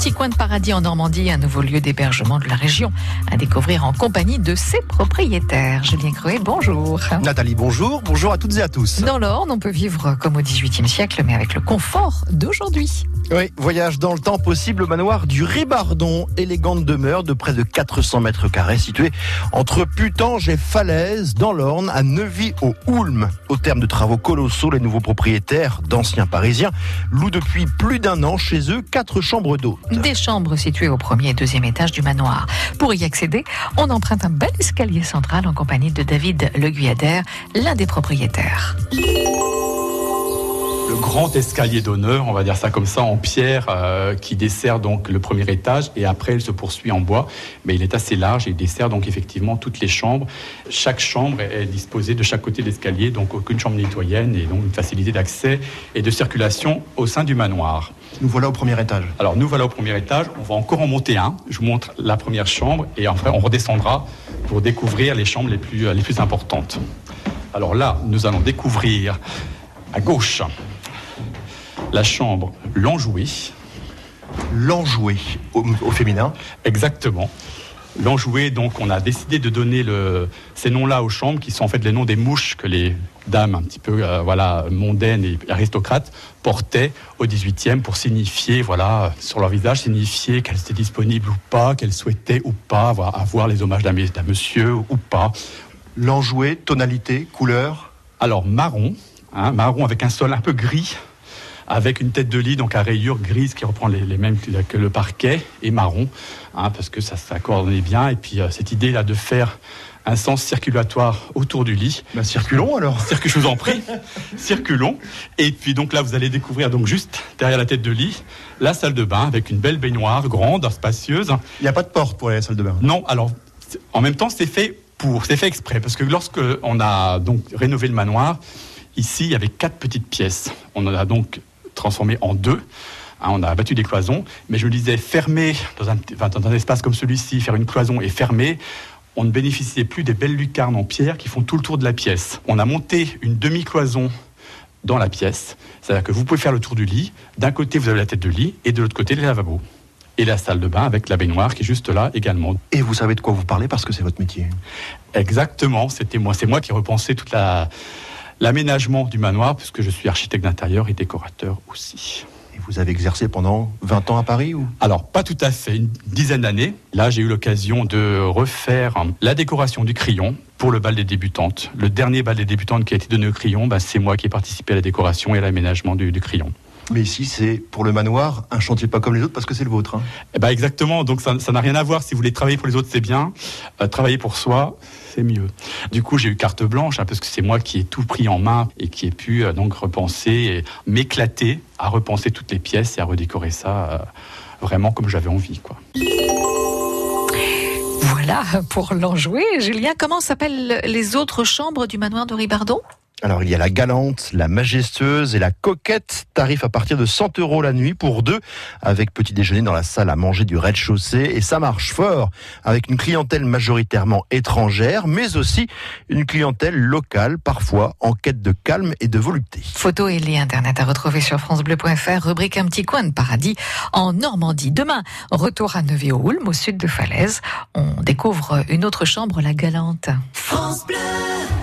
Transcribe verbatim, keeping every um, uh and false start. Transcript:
petit coin de paradis en Normandie, un nouveau lieu d'hébergement de la région à découvrir en compagnie de ses propriétaires. Julien Creuet, bonjour. Nathalie, bonjour. Bonjour à toutes et à tous. Dans l'Orne, on peut vivre comme au dix-huitième siècle, mais avec le confort d'aujourd'hui. Oui, voyage dans le temps possible au manoir du Ribardon, élégante demeure de près de quatre cents mètres carrés, située entre Putange et Falaise, dans l'Orne, à Neuvy-au-Houlme. Au terme de travaux colossaux, les nouveaux propriétaires, d'anciens Parisiens, louent depuis plus d'un an chez eux quatre chambres d'hôtes. Des chambres situées au premier et deuxième étage du manoir. Pour y accéder, on emprunte un bel escalier central en compagnie de David Le Guyader, l'un des propriétaires. Le grand escalier d'honneur, on va dire ça comme ça, en pierre, euh, qui dessert donc le premier étage et après il se poursuit en bois. Mais il est assez large et il dessert donc effectivement toutes les chambres. Chaque chambre est disposée de chaque côté de l'escalier, donc aucune chambre mitoyenne et donc une facilité d'accès et de circulation au sein du manoir. Nous voilà au premier étage. Alors nous voilà au premier étage, on va encore en monter un. Je vous montre la première chambre et après on redescendra pour découvrir les chambres les plus, les plus importantes. Alors là, nous allons découvrir à gauche la chambre l'enjouée. L'enjouée au, au féminin. Exactement. L'enjouée, donc on a décidé de donner le, ces noms-là aux chambres qui sont en fait les noms des mouches que les dames un petit peu euh, voilà, mondaines et aristocrates portaient au dix-huitième pour signifier, voilà, sur leur visage, signifier qu'elles étaient disponibles ou pas, qu'elles souhaitaient ou pas avoir, avoir les hommages d'un, d'un monsieur ou pas. L'enjouée, tonalité, couleur. Alors marron, hein, marron avec un sol un peu gris, avec une tête de lit donc à rayures grises qui reprend les, les mêmes que le parquet, et marron, hein, parce que ça, ça coordonnait bien. Et puis euh, cette idée là de faire un sens circulatoire autour du lit. Ben, circulons alors. Circu, je vous en prie, circulons. Et puis donc là vous allez découvrir donc juste derrière la tête de lit la salle de bain avec une belle baignoire grande, spacieuse. Il n'y a pas de porte pour la salle de bain. Non, alors en même temps c'est fait pour, c'est fait exprès parce que lorsque on a donc rénové le manoir, ici il y avait quatre petites pièces. On en a donc transformé en deux. Hein, on a abattu des cloisons, mais je me disais, fermer dans un, enfin, dans un espace comme celui-ci, faire une cloison et fermer, on ne bénéficiait plus des belles lucarnes en pierre qui font tout le tour de la pièce. On a monté une demi-cloison dans la pièce, c'est-à-dire que vous pouvez faire le tour du lit. D'un côté, vous avez la tête de lit, et de l'autre côté, les lavabos. Et la salle de bain avec la baignoire qui est juste là également. Et vous savez de quoi vous parlez parce que c'est votre métier. Exactement, c'était moi, c'est moi qui repensais toute la... l'aménagement du manoir, puisque je suis architecte d'intérieur et décorateur aussi. Et vous avez exercé pendant vingt ans à Paris ou ? Alors, pas tout à fait, une dizaine d'années. Là, j'ai eu l'occasion de refaire la décoration du Crillon pour le bal des débutantes. Le dernier bal des débutantes qui a été donné au Crillon, bah, c'est moi qui ai participé à la décoration et à l'aménagement du, du Crillon. Mais ici, c'est pour le manoir un chantier pas comme les autres parce que c'est le vôtre. Hein. Eh ben exactement, donc ça, ça n'a rien à voir. Si vous voulez travailler pour les autres, c'est bien. Euh, travailler pour soi, c'est mieux. Du coup, j'ai eu carte blanche hein, parce que c'est moi qui ai tout pris en main et qui ai pu euh, donc repenser, et m'éclater à repenser toutes les pièces et à redécorer ça euh, vraiment comme j'avais envie, quoi. Voilà pour l'enjouée. Julien, comment s'appellent les autres chambres du manoir de Ribardon ? Alors, il y a la galante, la majestueuse et la coquette. Tarif à partir de cent euros la nuit pour deux, avec petit déjeuner dans la salle à manger du rez-de-chaussée. Et ça marche fort, avec une clientèle majoritairement étrangère, mais aussi une clientèle locale, parfois en quête de calme et de volupté. Photos et liens internet à retrouver sur francebleu point fr, rubrique Un petit coin de paradis en Normandie. Demain, retour à Neuvy-au-Houlme, au sud de Falaise. On découvre une autre chambre, la galante. France Bleu.